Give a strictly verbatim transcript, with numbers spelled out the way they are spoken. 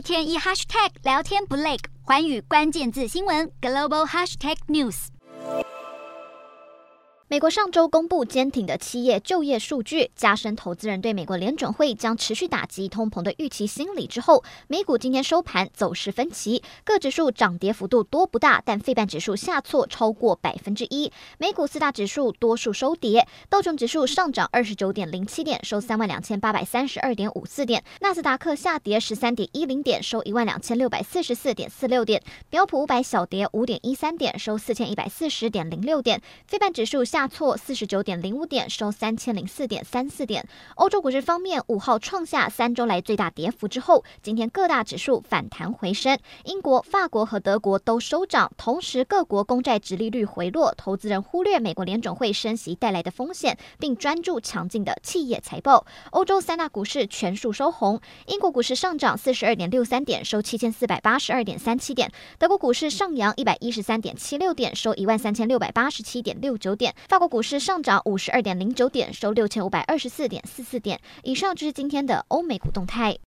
天一 hashtag 聊天不累，寰宇关键字新闻 global hashtag news。 美国上周公布坚挺的企业就业数据，加深投资人对美国联准会将持续打击通膨的预期心理之后，美股今天收盘走势分歧，各指数涨跌幅度多不大，但费半指数下挫超过百分之一。美股四大指数多数收跌，道琼指数上涨二十九点零七点，收三万两千八百三十二点五四点；纳斯达克下跌十三点一零点，收一万两千六百四十四点四六点；标普五百小跌五点一三点，收四千一百四十点零六点；费半指数下挫四十九点零五点，收三千零四点三四点。欧洲股市方面，五号创下三周来最大跌幅之后，今天各大指数反弹回升，英国、法国和德国都收涨，同时各国公债殖利率回落，投资人忽略美国联准会升息带来的风险，并专注强劲的企业财报。欧洲三大股市全数收红，英国股市上涨四十二点六三点，收七千四百八十二点三七点；德国股市上扬一百一十三点七六点，收一万三千六百八十七点六九点；法国股市上涨五十二点零九点，收六千五百二十四点四四点。以上就是今天的欧美股动态。